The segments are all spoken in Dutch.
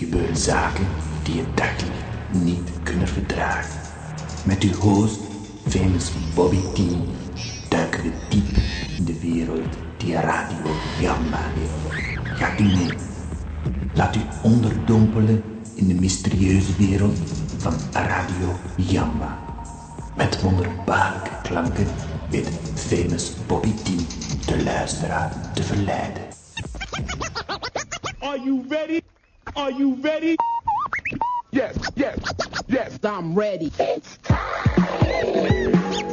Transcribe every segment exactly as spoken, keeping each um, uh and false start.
gebeuren zaken die je dagelijks niet kunnen verdragen. Met uw host, famous Bobby T, duiken we diep in de wereld die Radio Gamba heeft. Gaat u mee? Laat u onderdompelen in de mysterieuze wereld van Radio Gamba. Met wonderbaarlijke klanken weet famous Bobby T de luisteraar te verleiden. Are you ready? Are you ready? Yes, yes, yes, I'm ready. It's time.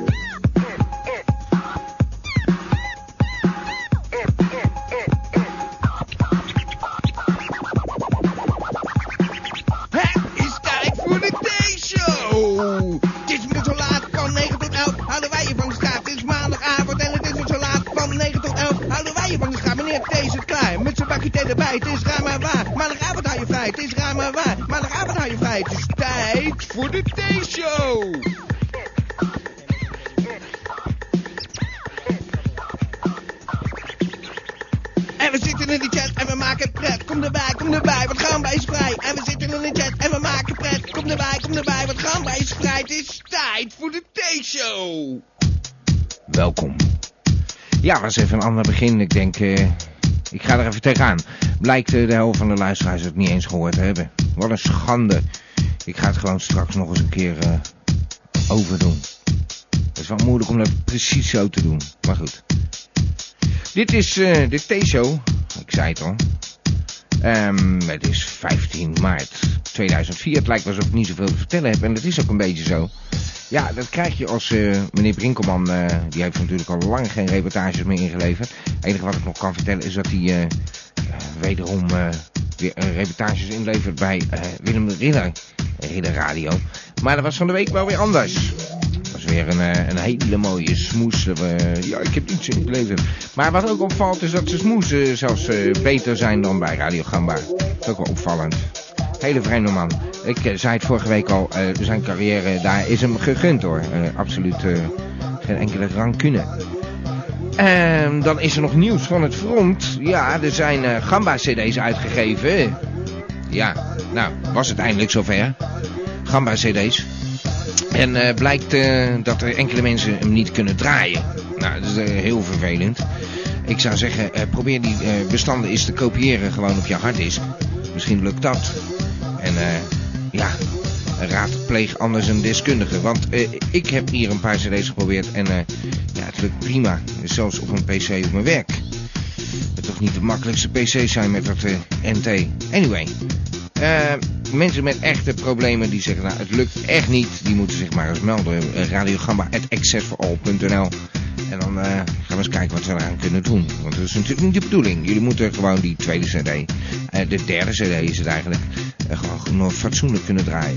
Erbij. Het is raar maar waar, maandagavond hou je vrij. Het is raar maar waar, maandagavond hou je vrij. Het is tijd voor de T-show. En we zitten in de chat en we maken pret. Kom erbij, kom erbij, wat gaan wij is vrij. En we zitten in de chat en we maken pret. Kom erbij, kom erbij, wat gaan wij is vrij. Het is tijd voor de T-show. Welkom. Ja, was even een ander begin. Ik denk... Uh... Ik ga er even tegenaan. Blijkt de helft van de luisteraars het niet eens gehoord te hebben. Wat een schande. Ik ga het gewoon straks nog eens een keer uh, overdoen. Het is wel moeilijk om dat precies zo te doen. Maar goed. Dit is uh, de T-show. Ik zei het al. Um, het is vijftien maart tweeduizend vier. Het lijkt alsof ik niet zoveel te vertellen heb. En dat is ook een beetje zo. Ja, dat krijg je als uh, meneer Brinkelman, uh, die heeft natuurlijk al lang geen reportages meer ingeleverd. Het enige wat ik nog kan vertellen is dat hij uh, uh, wederom uh, weer uh, reportages inlevert bij uh, Willem de Ridder, Ridder Radio. Maar dat was van de week wel weer anders. Dat was weer een, uh, een hele mooie smoes. Uh, ja, ik heb iets ingeleverd. Maar wat ook opvalt is dat de smoes uh, zelfs uh, beter zijn dan bij Radio Gamba. Dat is ook wel opvallend. Hele vreemde man. Ik uh, zei het vorige week al, uh, zijn carrière daar is hem gegund hoor. Uh, absoluut uh, geen enkele rancune. En dan is er nog nieuws van het front. Ja, er zijn uh, Gamba-cd's uitgegeven. Ja, nou, was het eindelijk zover. Gamba-cd's. En uh, blijkt uh, dat er enkele mensen hem niet kunnen draaien. Nou, dat is uh, heel vervelend. Ik zou zeggen, uh, probeer die uh, bestanden eens te kopiëren gewoon op je harddisk. Misschien lukt dat. En uh, ja, raadpleeg anders een deskundige. Want uh, ik heb hier een paar cd's geprobeerd en uh, ja, het lukt prima. Zelfs op een pc op mijn werk. Het toch niet de makkelijkste pc's zijn met dat uh, N T. Anyway, uh, mensen met echte problemen die zeggen, nou het lukt echt niet. Die moeten zich maar eens melden. Uh, radiogamba at access for all punt n l. En dan uh, gaan we eens kijken wat we eraan kunnen doen. Want dat is natuurlijk niet de bedoeling. Jullie moeten gewoon die tweede cd, uh, de derde cd is het eigenlijk, uh, gewoon nog fatsoenlijk kunnen draaien.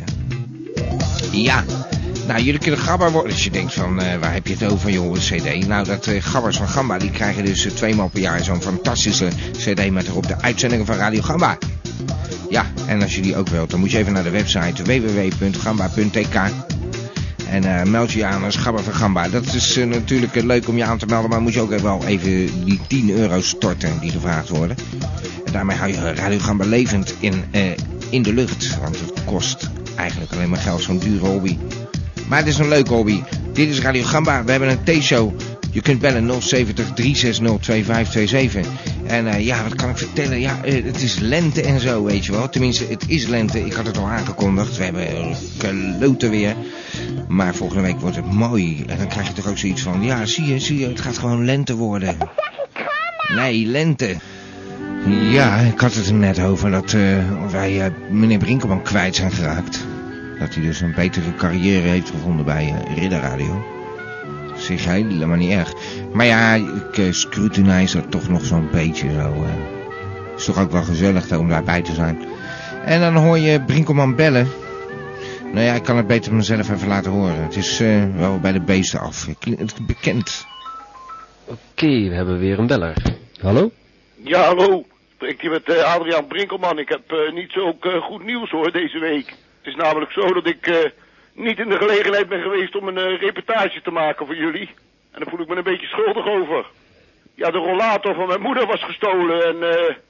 Ja, nou jullie kunnen gabber worden. Als je denkt van, uh, waar heb je het over joh, een cd? Nou, dat uh, gabbers van Gamba, die krijgen dus uh, tweemaal per jaar zo'n fantastische cd met erop de uitzendingen van Radio Gamba. Ja, en als je die ook wilt, dan moet je even naar de website w w w punt gamba punt t k. En uh, meld je aan als Gabber van Gamba. Dat is uh, natuurlijk uh, leuk om je aan te melden. Maar moet je ook uh, wel even die tien euro storten die gevraagd worden. En daarmee hou je Radio Gamba levend in, uh, in de lucht. Want het kost eigenlijk alleen maar geld, zo'n dure hobby. Maar het is een leuke hobby. Dit is Radio Gamba. We hebben een T-show. Je kunt bellen nul zeventig drie zes nul twee vijf twee zeven. En uh, ja, wat kan ik vertellen? Ja, uh, het is lente en zo, weet je wel. Tenminste, het is lente. Ik had het al aangekondigd. We hebben uh, kloten weer. Maar volgende week wordt het mooi. En dan krijg je toch ook zoiets van... Ja, zie je, zie je, het gaat gewoon lente worden. Nee, lente. Ja, ik had het er net over dat uh, wij uh, meneer Brinkelman kwijt zijn geraakt. Dat hij dus een betere carrière heeft gevonden bij uh, Ridder Radio. Zeg helemaal niet erg. Maar ja, ik uh, scrutinize dat toch nog zo'n beetje zo. Uh. Is toch ook wel gezellig om daarbij te zijn. En dan hoor je Brinkelman bellen. Nou ja, ik kan het beter mezelf even laten horen. Het is uh, wel bij de beesten af. Het is bekend. Oké, okay, we hebben weer een beller. Hallo? Ja, hallo. Spreekt hier met uh, Adriaan Brinkelman. Ik heb uh, niet zo uh, goed nieuws hoor deze week. Het is namelijk zo dat ik uh, niet in de gelegenheid ben geweest om een uh, reportage te maken voor jullie. En daar voel ik me een beetje schuldig over. Ja, de rollator van mijn moeder was gestolen en uh,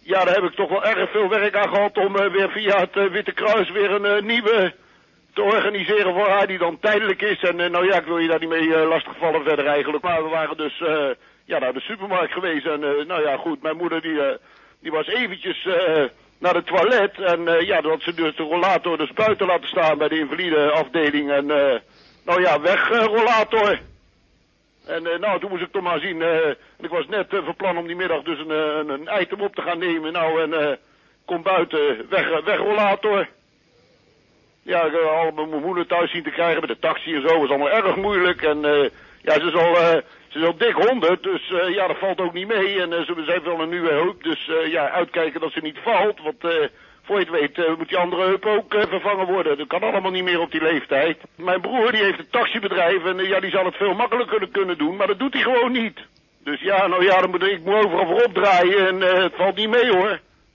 ja, daar heb ik toch wel erg veel werk aan gehad om uh, weer via het uh, Witte Kruis weer een uh, nieuwe te organiseren voor haar die dan tijdelijk is. En uh, nou ja, ik wil je daar niet mee uh, lastigvallen verder eigenlijk. Maar we waren dus uh, ja, naar de supermarkt geweest en uh, nou ja, goed, mijn moeder die, uh, die was eventjes uh, naar de toilet. En uh, ja, dat had ze dus de rollator dus buiten laten staan bij de invalide afdeling. En uh, nou ja, weg uh, rollator. En uh, nou, toen moest ik toch maar zien, uh, en ik was net uh, van plan om die middag dus een, een, een item op te gaan nemen. Nou, en uh, kom buiten, weg, uh, weg rollator. Ja, ik heb al mijn moeder thuis zien te krijgen met de taxi en zo, was allemaal erg moeilijk. En uh, ja, ze is al, uh, ze is al dik honderd, dus uh, ja, dat valt ook niet mee. En uh, ze heeft wel een nieuwe heup, dus uh, ja, uitkijken dat ze niet valt. Want uh, voor je het weet uh, moet die andere heup ook uh, vervangen worden. Dat kan allemaal niet meer op die leeftijd. Mijn broer die heeft een taxibedrijf en uh, ja, die zal het veel makkelijker kunnen doen, maar dat doet hij gewoon niet. Dus ja, nou ja, dan moet, ik moet overal voor opdraaien en uh, het valt niet mee hoor.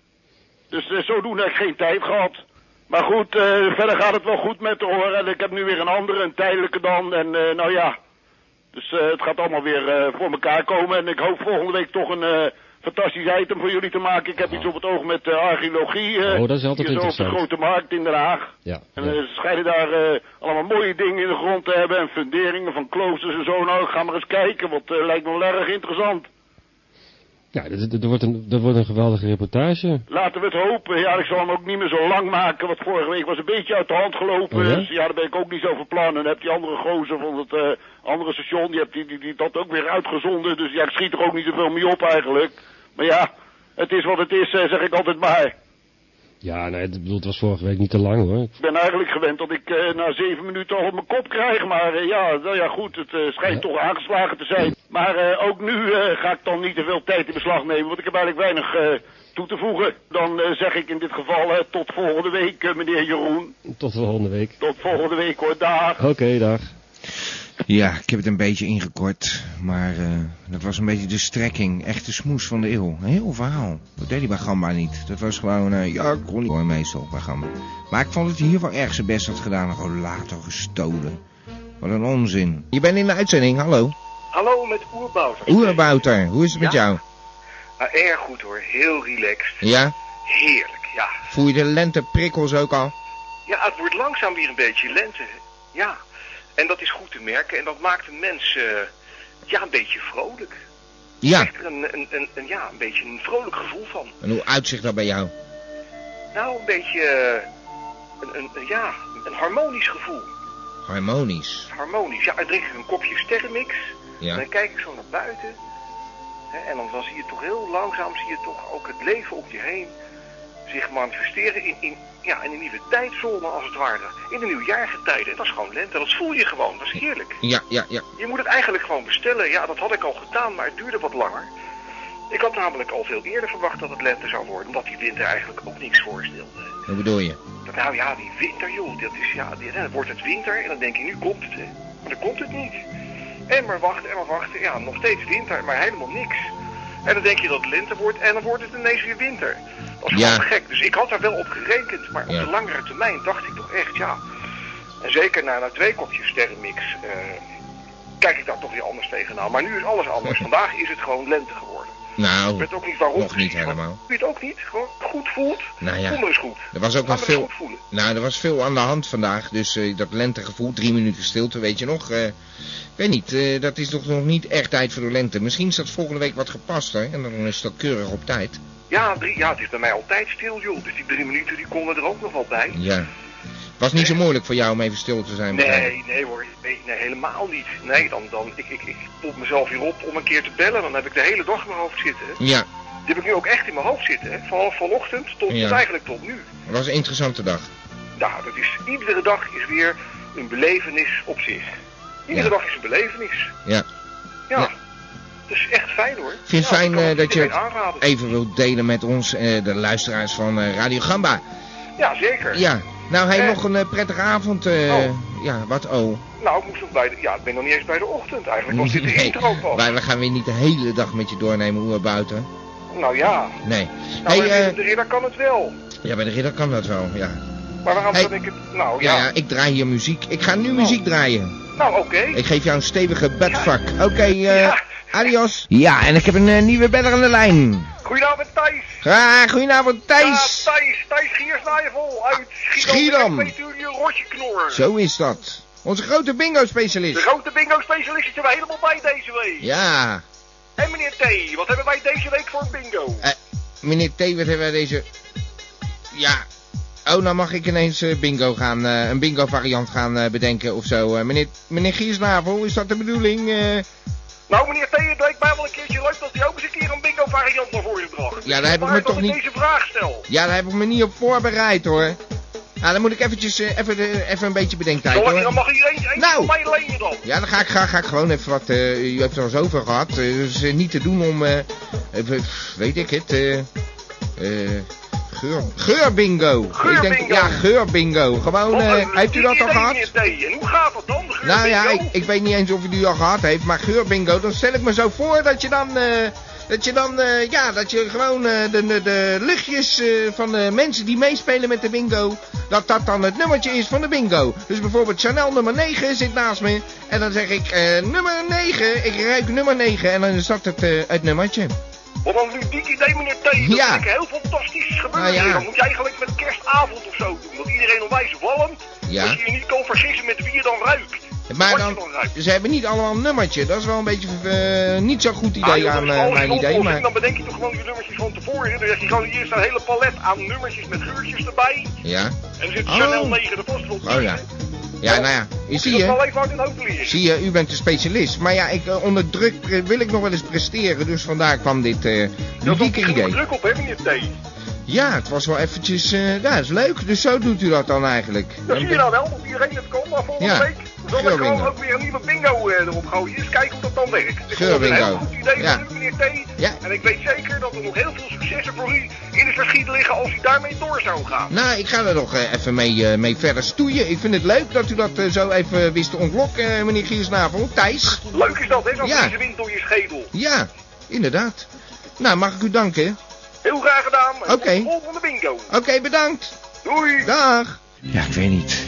Dus uh, zodoende heb ik geen tijd gehad. Maar goed, uh, verder gaat het wel goed met haar hoor. En ik heb nu weer een andere, een tijdelijke dan. En uh, nou ja, dus uh, het gaat allemaal weer uh, voor elkaar komen. En ik hoop volgende week toch een uh, fantastisch item voor jullie te maken. Ik heb iets op het oog met uh, archeologie. Uh, oh, dat is altijd hier zo interessant. op de Grote Markt in Den Haag. Ja, en ja. uh, ze schijnen daar uh, allemaal mooie dingen in de grond te hebben. En funderingen van kloosters en zo. Nou, ik ga maar eens kijken, want het uh, lijkt me wel erg interessant. Ja, dat, dat, wordt een, dat wordt een geweldige reportage. Laten we het hopen. Ja, ik zal hem ook niet meer zo lang maken, want vorige week was een beetje uit de hand gelopen. Oh, ja? Dus ja, daar ben ik ook niet zo van plan. En dan heb die andere gozer van het uh, andere station, die heeft die, die, die dat ook weer uitgezonden. Dus ja, ik schiet er ook niet zoveel mee op eigenlijk. Maar ja, het is wat het is, zeg ik altijd maar. Ja, nee, ik bedoel, het was vorige week niet te lang hoor. Ik ben eigenlijk gewend dat ik uh, na zeven minuten al op mijn kop krijg. Maar uh, ja, nou ja, goed, het uh, schijnt ja. toch aangeslagen te zijn. Maar uh, ook nu uh, ga ik dan niet te veel tijd in beslag nemen, want ik heb eigenlijk weinig uh, toe te voegen. Dan uh, zeg ik in dit geval uh, tot volgende week, uh, meneer Jeroen. Tot volgende week. Tot volgende week hoor, dag. Oké, okay, dag. Ja, ik heb het een beetje ingekort, maar uh, dat was een beetje de strekking. Echte smoes van de eeuw. Een heel verhaal. Dat deed hij bij Gamba niet. Dat was gewoon, uh, ja, ik kon niet hoor meestal bij Gamba. Maar ik vond dat hij hiervan erg zijn best had gedaan. Gewoon later gestolen. Wat een onzin. Je bent in de uitzending, hallo. Hallo, met Oerbouter. Oerbouter, hoe is het met ja? jou? Nou, erg goed hoor, heel relaxed. Ja? Heerlijk, ja. Voel je de lenteprikkels ook al? Ja, het wordt langzaam weer een beetje lente. Ja. En dat is goed te merken en dat maakt een mens uh, ja, een beetje vrolijk. Ja. Je krijgt er een, een, een, een, ja, een beetje een vrolijk gevoel van. En hoe uitzicht dat bij jou? Nou, een beetje uh, een, een, ja, een harmonisch gevoel. Harmonisch? Harmonisch, ja. Dan drink ik een kopje sterrenmix. Ja. En dan kijk ik zo naar buiten. Hè, en dan, dan zie je toch heel langzaam, zie je toch ook het leven om je heen zich manifesteren in, in, ja, in een nieuwe tijdzone als het ware. In de nieuwjaargetijden. Dat is gewoon lente. Dat voel je gewoon. Dat is heerlijk. Ja, ja, ja. Je moet het eigenlijk gewoon bestellen. Ja, dat had ik al gedaan, maar het duurde wat langer. Ik had namelijk al veel eerder verwacht dat het lente zou worden. Omdat die winter eigenlijk ook niks voorstelde. Hoe bedoel je? Nou ja, die winter joh. Dat is, ja, die, dan wordt het winter en dan denk je, nu komt het. Hè. Maar dan komt het niet. En maar wachten en maar wachten. Ja, nog steeds winter, maar helemaal niks. En dan denk je dat het lente wordt en dan wordt het ineens weer winter. Dat is ja. gewoon gek. Dus ik had daar wel op gerekend. Maar op ja. de langere termijn dacht ik toch echt, ja. En zeker na, na twee kopjes sterrenmix uh, kijk ik daar toch weer anders tegenaan. Maar nu is alles anders. Vandaag is het gewoon lente geworden. Nou, ik weet ook niet waarom. nog niet helemaal. Je het ook niet? Gewoon goed voelt? Nou ja. Voel maar eens goed. Er was ook nog Laat veel... Nou, er was veel aan de hand vandaag. Dus uh, dat lentegevoel, drie minuten stilte, weet je nog. Uh, ik weet niet, uh, dat is toch nog niet echt tijd voor de lente. Misschien is dat volgende week wat gepast, hè. En dan is dat keurig op tijd. Ja, drie, ja, het is bij mij altijd stil, joh. Dus die drie minuten die konden er ook nog wel bij. Ja. Was niet nee. zo moeilijk voor jou om even stil te zijn? Nee, nee hoor. Nee, nee, helemaal niet. Nee, dan, dan ik, ik, ik pop mezelf hier op om een keer te bellen. Dan heb ik de hele dag in mijn hoofd zitten. Ja. Die heb ik nu ook echt in mijn hoofd zitten. Hè. Van vanochtend tot, ja. tot eigenlijk tot nu. Het was een interessante dag. Nou, dat is, iedere dag is weer een belevenis op zich. Iedere ja. dag is een belevenis. Ja. Ja. ja. Dat is echt fijn hoor. Ik vind het ja, fijn uh, dat je het aanraden. even wilt delen met ons, uh, de luisteraars van uh, Radio Gamba. Ja, zeker. Ja. Nou, hij eh, nog een uh, prettige avond. Uh, oh. Ja, wat oh. Nou, ik moest nog bij de... Ja, ik ben nog niet eens bij de ochtend eigenlijk. Was dit de nee, intro pas? Maar we gaan weer niet de hele dag met je doornemen hoe we buiten. Nou ja. Nee. Nou, hey, bij uh, de ridder kan het wel. Ja, bij de ridder kan dat wel, ja. Maar waarom hey, dan ik het... Nou ja. Ja, ja, ik draai hier muziek. Ik ga nu oh. muziek draaien. Nou, oké. Okay. Ik geef jou een stevige bedvak. Ja. Oké, okay, uh, ja. adios. Ja, en ik heb een uh, nieuwe beller aan de lijn. Goedenavond Thijs. Ah, goedenavond Thijs. Ja, Thijs. Thijs Giersnaaien uit Schiedam. Schiedam. Rotjeknor. Zo is dat. Onze grote bingo-specialist. De grote bingo-specialist zitten we helemaal bij deze week. Ja. En meneer T, wat hebben wij deze week voor een bingo? Uh, meneer T, wat hebben wij deze... Ja... Oh, nou mag ik ineens uh, bingo gaan, uh, een bingo variant gaan uh, bedenken of zo. Uh, meneer, meneer Giersnavel, is dat de bedoeling? Uh... Nou, meneer T, het leek mij wel een keertje leuk dat hij ook eens een keer een bingo variant naar voren bracht. Ja, daar heb ik me toch niet... deze vraag stel. Ja, daar heb ik me niet op voorbereid, hoor. Nou, dan moet ik eventjes, uh, even, uh, even een beetje bedenktijd, hoor. Dan mag u eens, eens nou. van mij lenen dan. Ja, dan ga ik, ga, ga ik gewoon even wat... Uh, u heeft er al zoveel gehad. Uh, dus uh, niet te doen om... Uh, even, weet ik het... Uh, uh, Geur, geurbingo. Geurbingo. Ik denk, ja, geurbingo. Gewoon, uh, uh, heeft u dat al gehad? En hoe gaat dat dan, geurbingo? Nou ja, ik, ik weet niet eens of u die al gehad heeft, maar geurbingo, dan stel ik me zo voor dat je dan, uh, dat je dan, uh, ja, dat je gewoon uh, de, de, de luchtjes uh, van de mensen die meespelen met de bingo, dat dat dan het nummertje is van de bingo. Dus bijvoorbeeld Chanel nummer negen zit naast me en dan zeg ik, uh, nummer negen, ik ruik nummer negen en dan is dat het, uh, het nummertje. Wat een ludiek idee, meneer T. Dat ja. vind ik heel fantastisch gebeuren. Nou ja. Dan moet je eigenlijk met kerstavond of zo doen. Dat iedereen onwijs walmt. Ja. Dat je je niet kan vergissen met wie je dan ruikt. Maar dan, dan ruikt. Ze hebben niet allemaal een nummertje. Dat is wel een beetje uh, niet zo'n goed idee ah, aan uh, mijn idee. Maar... Dan bedenk je toch gewoon die nummertjes van tevoren. Dan heb je gewoon hier een hele palet aan nummertjes met geurtjes erbij. Ja. En dan zit Chanel oh. negen er vast op. Oh ja. Ja, nou ja, je zie je, zie je, u bent een specialist. Maar ja, ik, uh, onder druk wil ik nog wel eens presteren, dus vandaar kwam dit uh, ludieke idee. Er druk op, hè, meneer T? Ja, het was wel eventjes, uh, ja, is leuk. Dus zo doet u dat dan eigenlijk. Dan zie je nou wel, dat iedereen het komt, maar volgende ja. week zal ik gewoon ook weer een nieuwe bingo uh, erop gooien. Eens kijken hoe dat dan werkt. Ik vond het een heel goed idee ja. van u, meneer T. Ja. En ik weet zeker dat er nog heel veel successen voor u in het verschiet liggen als u daarmee door zou gaan. Nou, ik ga er nog uh, even mee, uh, mee verder stoeien. Ik vind het leuk dat u dat uh, zo even wist te ontlokken, uh, meneer Giersnavel. Thijs. Leuk is dat, hè, zo'n ja. wind door je schedel. Ja, inderdaad. Nou, mag ik u danken? Heel graag gedaan. Oké. Okay. Volgende bingo. Oké, okay, bedankt. Doei. Dag. Ja, ik weet niet.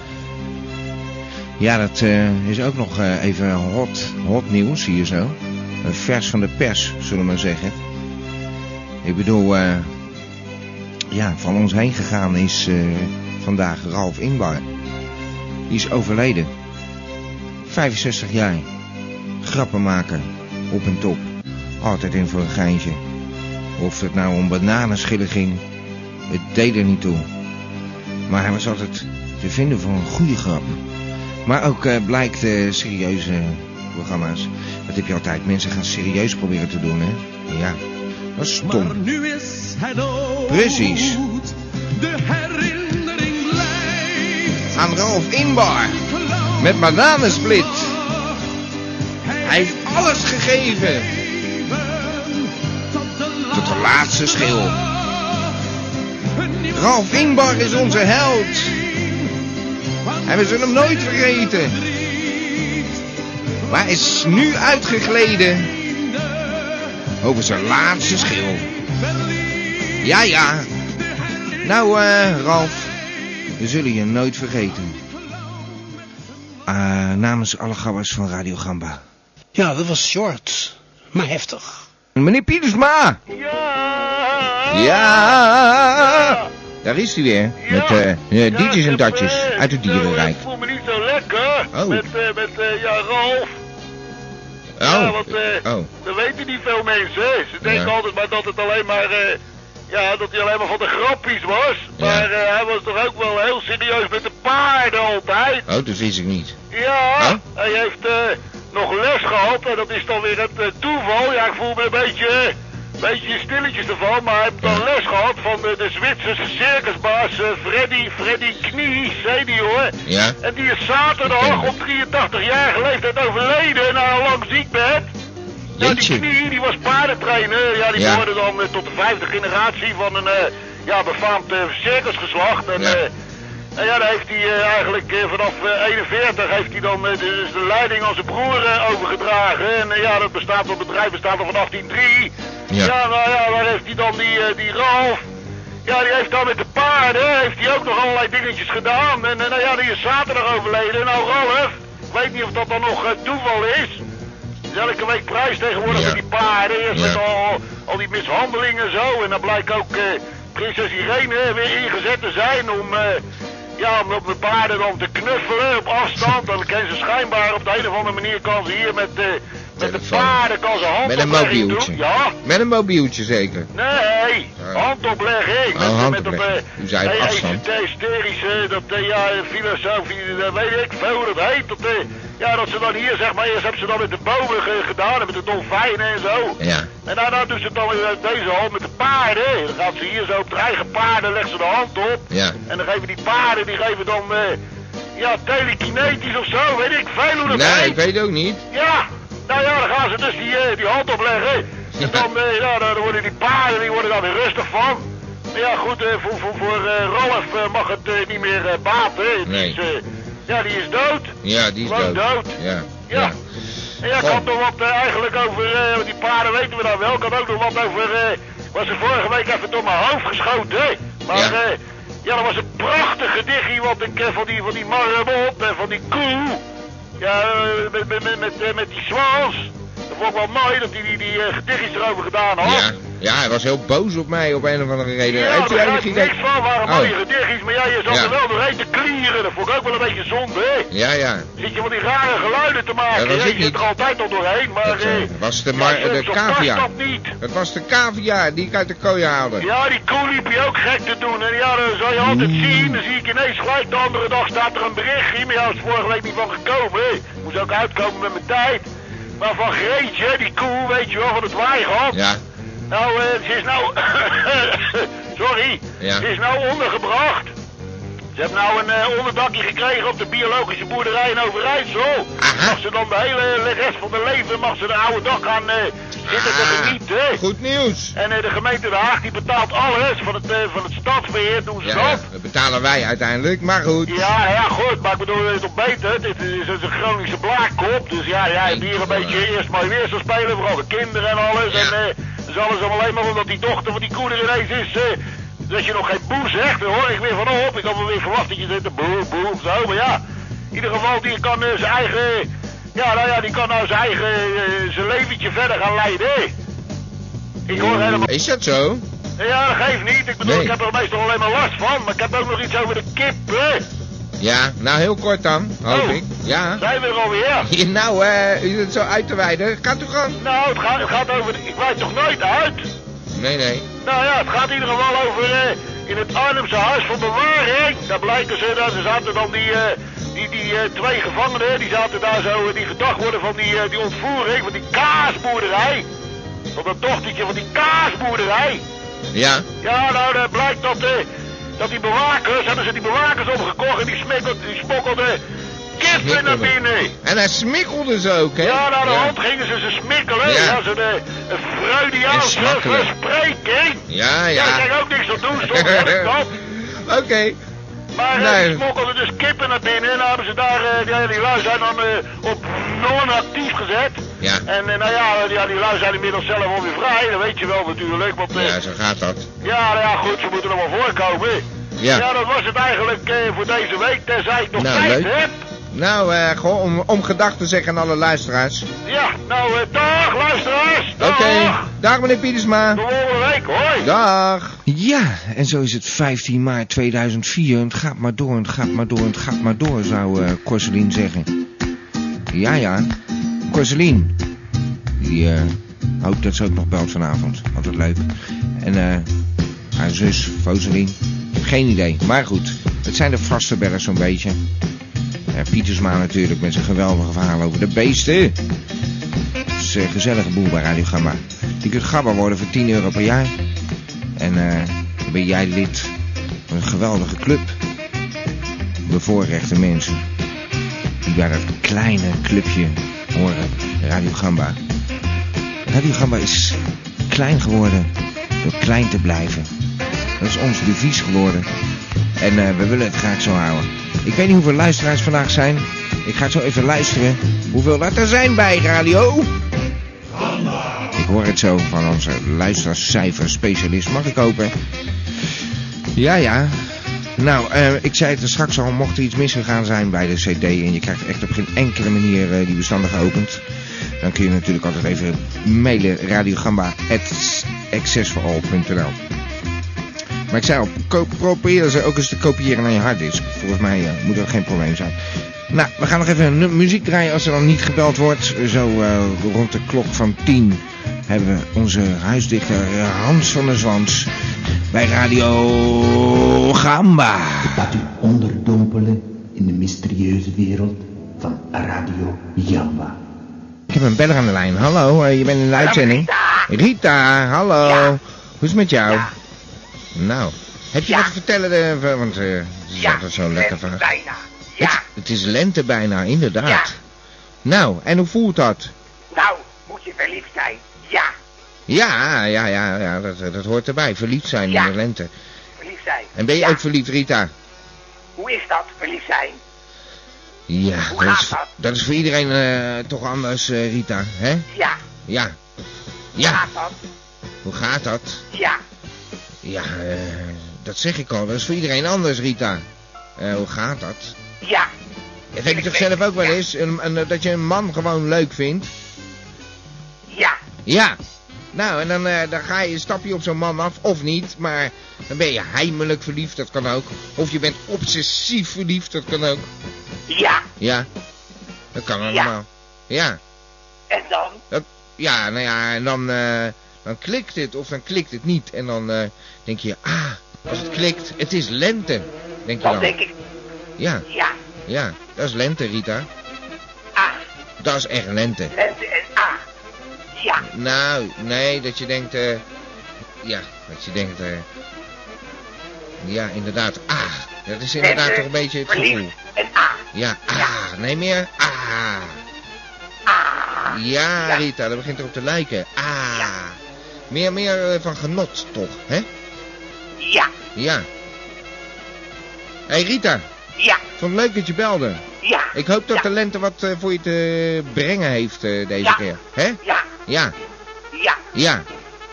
Ja, dat uh, is ook nog uh, even hot, hot nieuws hier zo. Uh, vers van de pers, zullen we maar zeggen. Ik bedoel, uh, ja, van ons heen gegaan is uh, vandaag Ralf Ingbar. Die is overleden. vijfenzestig jaar. Grappenmaker. Op en top. Altijd in voor een geintje. Of het nou om bananenschillen ging, het deed er niet toe. Maar hij was altijd te vinden voor een goede grap. Maar ook uh, blijkt uh, serieuze programma's. Dat heb je altijd. Mensen gaan serieus proberen te doen, hè. Ja, dat is stom. Maar nu is hij dood. Precies. De herinnering blijft aan Ralf Ingbar. Met bananensplit. Hij heeft alles gegeven. Tot de laatste schil. Ralf Ingbar is onze held. En we zullen hem nooit vergeten. Maar hij is nu uitgegleden over zijn laatste schil. Ja, ja. Nou, uh, Ralf, we zullen je nooit vergeten. Uh, namens alle gabbers van Radio Gamba. Ja, dat was short, maar heftig. Meneer Pietersma! Ja! Ja! Daar is hij weer, ja. met uh, uh, dietjes en datjes uh, uit het dierenrijk. Ik voel me niet zo lekker, oh. met, uh, met uh, ja, Ralf. Oh, ja, want uh, oh. dat weten niet veel mensen. Ze denken ja. altijd maar dat het alleen maar, uh, ja, dat hij alleen maar van de grappies was. Ja. Maar uh, hij was toch ook wel heel serieus met de paarden altijd. Oh, dat wist ik niet. Ja, huh? hij heeft uh, nog les gehad en dat is dan weer het uh, toeval. Ja, ik voel me een beetje... beetje stilletjes ervan, maar hij heeft dan les gehad van de, de Zwitserse circusbaas uh, Freddy, Freddy Knie, zei die hoor. Ja. En die is zaterdag op drieëntachtigjarige leeftijd overleden na een lang ziekbed. Nou, die Knie, die was paardentrainer. Ja, die ja. behoorde dan uh, tot de vijfde generatie van een uh, ja, befaamd uh, circusgeslacht. En, ja. Uh, en ja, daar heeft hij uh, eigenlijk uh, vanaf uh, eenenveertig heeft hij dan uh, de, de leiding aan zijn broer uh, overgedragen. En uh, ja, dat bestaat, dat bedrijf bestaat al van achttien drie. Ja. ja, nou ja, daar heeft hij dan die, uh, die Ralf. Ja, die heeft dan met de paarden, heeft hij ook nog allerlei dingetjes gedaan. En uh, nou ja, die is zaterdag overleden. Nou Ralf, ik weet niet of dat dan nog uh, toeval is. Dus elke week prijs tegenwoordig ja. met die paarden. Eerst ja. met al al die mishandelingen en zo. En dan blijkt ook uh, prinses Irene weer ingezet te zijn om... Uh, Ja, om op de paarden dan te knuffelen op afstand. Dan kan ze schijnbaar op de een of andere manier kan ze hier met, uh, met de paarden kan ze handoplegging met een mobieltje. doen. Ja. Met een mobieltje zeker. Nee, oh. handoplegging. Oh, met, handoplegging. met op, U zei op uh, afstand. hysterische, dat uh, ja, filosofie, dat weet ik veel hoe dat heet. Dat, uh, ja, dat ze dan hier zeg maar, eerst hebben ze dan met de bomen ge gedaan en met de dolfijnen en zo. Ja. En daarna doen ze het dan weer deze hand met de paarden. Dan gaat ze hier zo op de eigen paarden, legt ze de hand op. Ja. En dan geven die paarden, die geven dan, uh, ja, telekinetisch of zo, weet ik veel hoe dat nee, heet. Nee, ik weet het ook niet. Ja, nou ja, dan gaan ze dus die, uh, die hand opleggen. En dan, uh, ja, dan worden die paarden, die worden daar weer rustig van. Maar ja, goed, uh, voor, voor, voor uh, Rolf uh, mag het uh, niet meer uh, baten. Nee. Die is, uh, ja, die is dood. Ja, die is Lang dood. dood. Ja. Ja. ja. En ja, ik had nog wat uh, eigenlijk over, uh, die paarden weten we dan wel. Ik had ook nog wat over, uh, was er vorige week even door mijn hoofd geschoten. Hè? Maar ja. Uh, ja, dat was een prachtig gedichtje wat ik uh, van die, van die marmot en van die koe. Ja, uh, met, met, met, met, uh, met die zwans. Dat vond ik wel mooi dat hij die, die, die uh, gedichtjes erover gedaan had. Ja. Ja, hij was heel boos op mij op een of andere reden. Ja, Heeft u daar eigenlijk niks van, waren oh. mooie gedichtjes, maar ja, je zat ja. er wel doorheen te klieren. Dat vond ik ook wel een beetje zonde, hè? Ja, ja. Zit je van die rare geluiden te maken, dat was hè? ik Je zit er altijd al doorheen, maar... Dat uh, was de, mar- ja, de zo cavia. past dat niet. Dat was de cavia die ik uit de kooi haalde. Ja, die koe liep je ook gek te doen. En ja, dan zou je altijd mm. zien, dan zie ik ineens gelijk de andere dag staat er een berichtje. Maar ja, is vorige week niet van gekomen, hè? Moest ook uitkomen met mijn tijd. Maar van Greetje, die koe, weet je wel, van het waaigat. Ja. Nou, uh, ze is nou... Sorry. Ja. Ze is nou ondergebracht. Ze hebben nou een uh, onderdakje gekregen op de biologische boerderij in Overijssel. Aha. Mag ze dan de hele rest van haar leven, mag ze de oude dag gaan uh, zitten te genieten. Goed nieuws. En uh, de gemeente Den Haag die betaalt alles van het, uh, van het stadsbeheer, doen ze ja, dat. Ja, dat betalen wij uiteindelijk, maar goed. Ja, ja, goed, maar ik bedoel, het is nog beter. Dit is een Groningse blaarkop, dus ja, ja, je hebt hier een beetje eerst mooi weer te spelen, vooral de kinderen en alles. Ja. En uh, dus alles alleen maar omdat die dochter van die koe er ineens is... Uh, dat je nog geen boe zegt, dan hoor ik weer van op. Ik had wel weer verwacht dat je zegt boe, boe of zo. Maar ja, in ieder geval, die kan uh, zijn eigen... Ja, nou ja, die kan nou zijn eigen... Uh, zijn leventje verder gaan leiden. Ik hoor helemaal... Is dat zo? Ja, dat geeft niet. Ik bedoel, nee. ik heb er meestal alleen maar last van. Maar ik heb ook nog iets over de kip, hè. Ja, nou heel kort dan, hoop oh, ik. Ja. Zijn we er alweer? Ja, nou, uh, u het zo uit te wijden. Gaat u gang. Nou, het gaat, het gaat over... Ik wijd toch nooit uit? Nee, nee. Nou ja, het gaat in ieder geval over uh, in het Arnhemse huis van bewaring. Daar blijken ze, daar ze zaten dan die, uh, die, die uh, twee gevangenen, die zaten daar zo, uh, die verdacht worden van die, uh, die ontvoering, van die kaasboerderij. Van dat dochtertje van die kaasboerderij. Ja. Ja, nou, daar blijkt dat, uh, dat die bewakers, hebben ze die bewakers opgekocht en die, smikkeld, die smokkelden kippen naar binnen. En hij smikkelde ze ook, hè? Ja, naar de ja. hand gingen ze ze smikkelen. Ja, ja ze de een Freudiaanse verspreking. Ja, ja. Ja, daar kan ik ook niks aan doen, soms heb ik dat. Oké. Okay. Maar uh, nee. die smokkelden dus kippen naar binnen en dan hebben ze daar, uh, die, die lui zijn dan uh, op non-actief gezet. Ja. En uh, nou ja, die, die lui zijn inmiddels zelf alweer vrij, dat weet je wel natuurlijk. Want, uh, ja, zo gaat dat. Ja, nou ja, goed, ze moeten er wel voorkomen. Ja. Ja, dat was het eigenlijk uh, voor deze week, tenzij ik nog nou, tijd leuk. heb. Nou, uh, gewoon om, om gedag te zeggen aan alle luisteraars. Ja, nou, uh, dag luisteraars. Oké, okay. Dag meneer Pietersma. Tot volgende week, hoi. Dag. Ja, en zo is het vijftien maart tweeduizend vier. Het gaat maar door, het gaat maar door, het gaat maar door, zou uh, Corselien zeggen. Ja, ja. Corselien. Die uh, hoopt dat ze ook nog belt vanavond. Altijd leuk. En uh, haar zus, Foselien. Geen idee, maar goed. Het zijn de vaste bellers zo'n beetje. Ja, Pietersma natuurlijk met zijn geweldige verhaal over de beesten. Het is een gezellige boel bij Radio Gamma. Je kunt gabber worden voor tien euro per jaar. En uh, dan ben jij lid van een geweldige club. Bevoorrechte mensen. Die bij dat kleine clubje horen. Radio Gamba. Radio Gamba is klein geworden door klein te blijven. Dat is ons devies geworden. En uh, we willen het graag zo houden. Ik weet niet hoeveel luisteraars vandaag zijn. Ik ga zo even luisteren hoeveel dat er zijn bij radio. Ik hoor het zo van onze luistercijferspecialist. Mag ik hopen? Ja, ja. Nou, uh, ik zei het er straks al. Mocht er iets misgegaan zijn bij de cd en je krijgt echt op geen enkele manier uh, die bestanden geopend. dan kun je natuurlijk altijd even mailen radiogamba at accessforall punt n l. Maar ik zei al, ko- probeer ze ook eens te kopiëren naar je harddisk. Volgens mij uh, moet dat geen probleem zijn. Nou, we gaan nog even een muziek draaien als er dan niet gebeld wordt. Zo uh, rond de klok van tien hebben we onze huisdichter Hans van der Zwans bij Radio Gamba. Laat u onderdompelen in de mysterieuze wereld van Radio Gamba. Ik heb een beller aan de lijn. Hallo, uh, je bent in de uitzending. Rita, Rita hallo. Ja. Hoe is het met jou? Ja. Nou, heb je ja. wat te vertellen? Uh, want uh, het is ja, altijd zo lekker van. Bijna. Ja. Het, het is lente bijna, inderdaad. Ja. Nou, en hoe voelt dat? Nou, moet je verliefd zijn. Ja. Ja, ja, ja, ja dat, dat hoort erbij. Verliefd zijn ja. in de lente. Verliefd zijn. En ben je ja. ook verliefd, Rita? Hoe is dat, verliefd zijn? Ja, hoe dat gaat is, dat? dat is voor iedereen uh, toch anders, uh, Rita, hè? Ja. Ja. Ja. Hoe gaat dat? Hoe gaat dat? Ja. Ja, uh, dat zeg ik al. Dat is voor iedereen anders, Rita. Uh, hoe gaat dat? Ja. Dat heb je toch zelf ook wel ja. eens? Een, een, dat je een man gewoon leuk vindt? Ja. Ja. Nou, en dan, uh, dan ga je, stap je op zo'n man af, of niet. Maar dan ben je heimelijk verliefd, dat kan ook. Of je bent obsessief verliefd, dat kan ook. Ja. Ja. Dat kan allemaal. Ja. ja. En dan? Dat, ja, nou ja, en dan, uh, dan klikt het, of dan klikt het niet. En dan uh, denk je, ah, als het klikt, het is lente. Denk je dan. Dan denk ik. Ja. Ja. Ja, dat is lente, Rita. Ah. Dat is echt lente. Lente en ah. Ja. Nou, nee, dat je denkt, uh, ja, dat je denkt, uh, ja, inderdaad, ah. Dat is inderdaad lente, toch een beetje het gevoel. En ah. Ja, ah, ja. nee meer, ah. Ah. Ja, ja, Rita, dat begint erop te lijken. Ah. Ja. Meer, meer uh, van genot, toch, hè? Ja. Ja. Hé, hey, Rita. Ja. Vond het leuk dat je belde. Ja. Ik hoop dat ja. de lente wat uh, voor je te brengen heeft uh, deze ja. keer. Hè? Ja. Ja. Ja. Ja.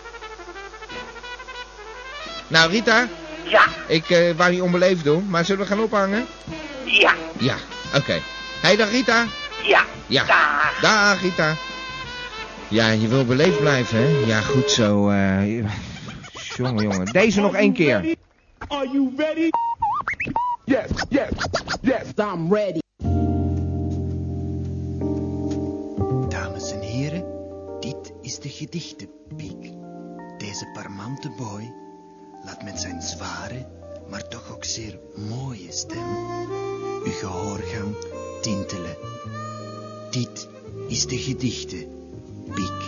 Nou, Rita. Ja. Ik uh, wou niet onbeleefd doen, maar zullen we gaan ophangen? Ja. Ja, oké. Okay. Hé, dag Rita. Ja. Ja. Dag. Dag Rita. Ja, je wil beleefd blijven, hè? Ja, goed zo. Uh... Jongen, jongen. Deze nog één keer. Are you ready? Yes, yes, yes, I'm ready. Dames en heren, dit is de gedichtenpiek. Deze parmante boy laat met zijn zware, maar toch ook zeer mooie stem uw gehoorgang tintelen. Dit is de gedichtenpiek.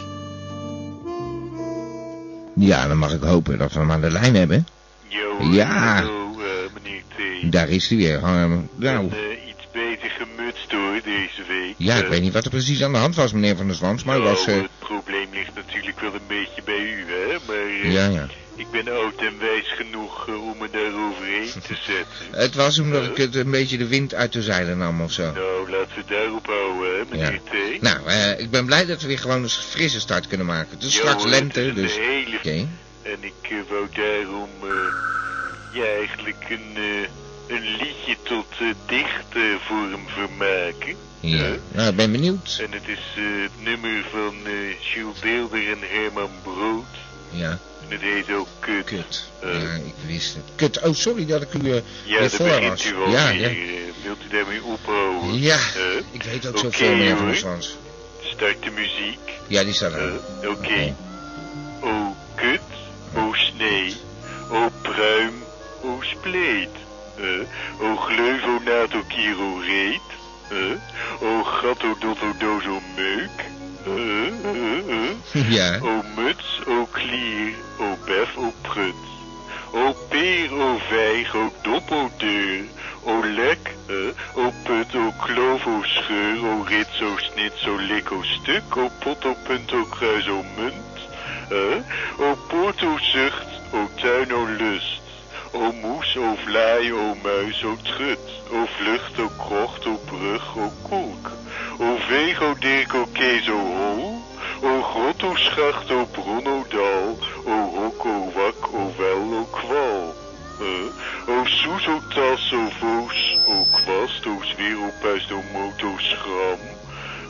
Ja, dan mag ik hopen dat we hem aan de lijn hebben. Yo, ja. Hallo, uh, meneer T. Daar is hij weer. Uh, nou. Ik ben uh, iets beter gemutst hoor, deze week. Ja, ik uh, weet niet wat er precies aan de hand was, meneer Van der Zwans, maar nou, was... Uh... het probleem ligt natuurlijk wel een beetje bij u, hè. Maar uh, ja, ja. ik ben oud en wijs genoeg uh, om me daar overheen te zetten. Het was omdat uh, ik het een beetje de wind uit de zeilen nam of zo. Nou, laten we daarop houden, hè, meneer ja. T. Nou, uh, ik ben blij dat we weer gewoon een frisse start kunnen maken. Het is jo, straks lente, het is dus... Hele... Okay. En ik uh, wou daarom, uh, ja, eigenlijk een, uh, een liedje tot uh, dichtvorm uh, vermaken. Ja, uh, nou, ik ben benieuwd. En het is uh, het nummer van uh, Jules Deelder en Herman Brood. Ja. En het heet ook Kut. Kut, uh, ja, ik wist het. Kut, oh sorry dat ik u uh, ja, weer voor was. U al ja, weer. ja. Uh, wilt u daarmee ophouden? Ja, uh, ik weet ook okay, zoveel meer van ons Frans. Start de muziek. Ja, die staat er. Uh, Oké. Okay. Oh, kut. O snee, o pruim, o spleet, uh, o gleuf, o nato kiro reet, uh, o gatto dotto dozo meuk, uh, uh, uh, ja. O muts, o klier, o bef, o prut, o peer, o vijg, o dop, o deur, o lek, uh, o put, o kloof, o scheur, o rits, o snits, o lik, o stuk, o pot, o punt, o kruis, o munt. Uh, o poort, o zucht, o tuin, o lust, o moes, o vlaai, o muis, o trut, o vlucht, o krocht, o brug, o kolk, o veeg, o dirk, o kees, o hol, o grot, o schacht, o bron, o dal, o hok, o wak, o wel, o kwal. Uh, o soes, o tas, o voos, o kwast, o zwier, o puist, o moot, o schram.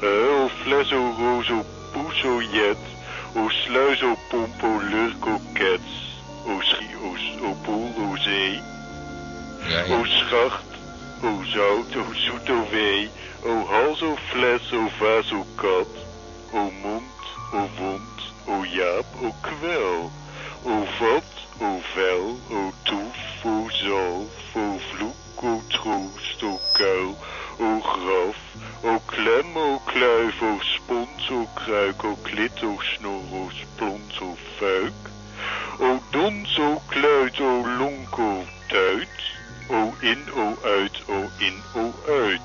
Uh, o fles, o roos, o poes, o jet. O sluis, o pomp, o lurk, o kets. O schie, o, o poel, o zee. Ja, ja. O schacht, o zout, o zoet, o wee. O hals, o fles, o vaas, o kat. O mond, o wond, o jaap, o kwel. O vat, o vel, o toef, o zalf, o vloek, o troost, o kuil, o graf, o klem, o kluif, o spons, o kruik, o klit, o snor, o splons, o fuik. O dons, o kluit, o lonk, o tuit. O in, o uit, o in, o uit.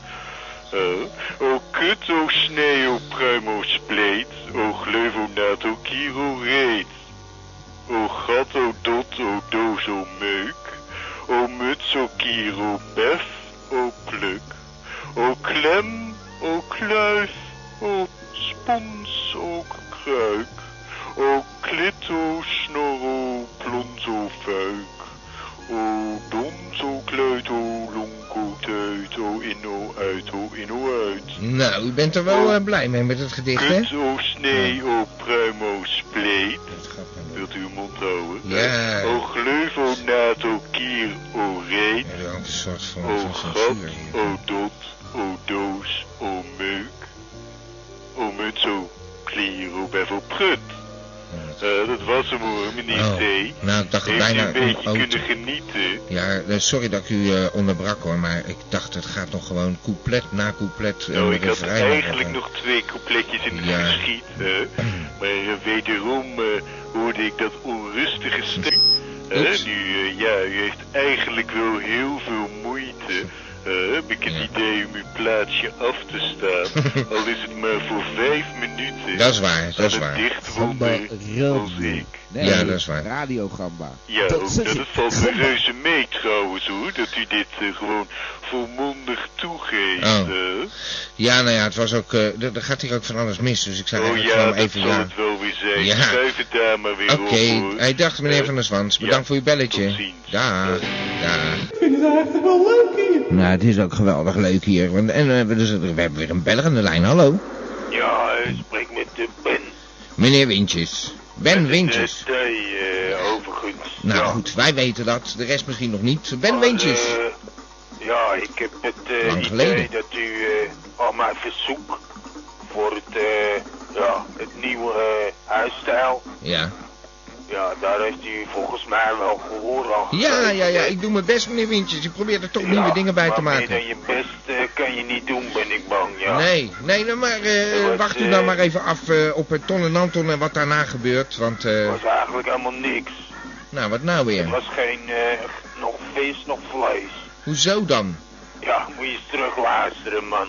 Uh, o kut, o snee, o pruim, o spleet. O gleuf, o naad, o kier, o reet. O gat, o dot, o doos, o meuk. O muts, o kier, o bef, o pluk. O klem, o kluif, o spons, o kruik. O klit, o snor, o plons, o fuik. O dons, o kluit, o lonk, o tuit, o in, o uit, o in, o uit. Nou, u bent er wel uh, blij mee met het gedicht, hè? Kut, o snee, ja. O pruim, o spleet. Wilt u uw mond houden? Ja. O gleuf, o naad, o kier, o reet. Ja, dat is een soort van, o van gat, censuur. o dot, o doos, o meuk. O muts, o klier, o bef, o prut. Uh, dat was hem hoor, meneer oh. T. Nou, ik dacht Heeft bijna u een beetje om, kunnen genieten? Ja, sorry dat ik u uh, onderbrak hoor, maar ik dacht het gaat nog gewoon couplet na couplet. Uh, nou, ik had refrein eigenlijk of, nog twee coupletjes in het ja. geschiet, hè. Maar uh, wederom uh, hoorde ik dat onrustige stem. Uh, nu, uh, ja, u heeft eigenlijk wel heel veel moeite. Uh, heb ik het ja. idee om uw plaatsje af te staan, al is het maar voor vijf minuten. Dat is waar, dat is waar. Gamba als ik. Nee, ja, dat is waar. Radio Gamba. Ja, dat, ook, dat valt me reuze mee trouwens hoor, dat u dit uh, gewoon volmondig toegeeft. Oh. Uh. Ja, nou ja, het was ook, uh, er gaat hier ook van alles mis, dus ik zou oh, eigenlijk ja, gewoon even... Ja, dat zal ja, het wel weer zijn. Ja. Schuif het daar maar weer Oké, okay. op. Oké, hij dacht meneer uh, Van der Zwans, bedankt ja. voor uw belletje. Tot ziens. Ja, ja. Ik vind het eigenlijk wel leuk hier. Nou, het is ook geweldig leuk hier. Want, en we hebben, dus, we hebben weer een beller aan de lijn, hallo. Ja, ik spreek met de Ben. Meneer Wintjes. Ben Wintjes. Nee, uh, overigens. Nou ja. goed, wij weten dat, de rest misschien nog niet. Ben Wintjes. Uh, ja, ik heb het uh, Lang idee geleden. dat u uh, al mijn verzoek voor het, uh, ja, het nieuwe uh, huisstijl. Ja. Ja, daar heeft u volgens mij wel gehoor aan. Ja, ja, ja, ik doe mijn best, meneer Wintjes. Ik probeer er toch ja, nieuwe dingen bij te maken. Maar je best uh, kan je niet doen, ben ik bang, ja. Nee, nee, nou maar uh, was, wacht u uh, nou maar even af uh, op het Ton en Anton en wat daarna gebeurt, want... Uh... Het was eigenlijk helemaal niks. Nou, wat nou weer? Het was geen, uh, nog vis, nog vlees. Hoezo dan? Ja, moet je eens terug luisteren, man.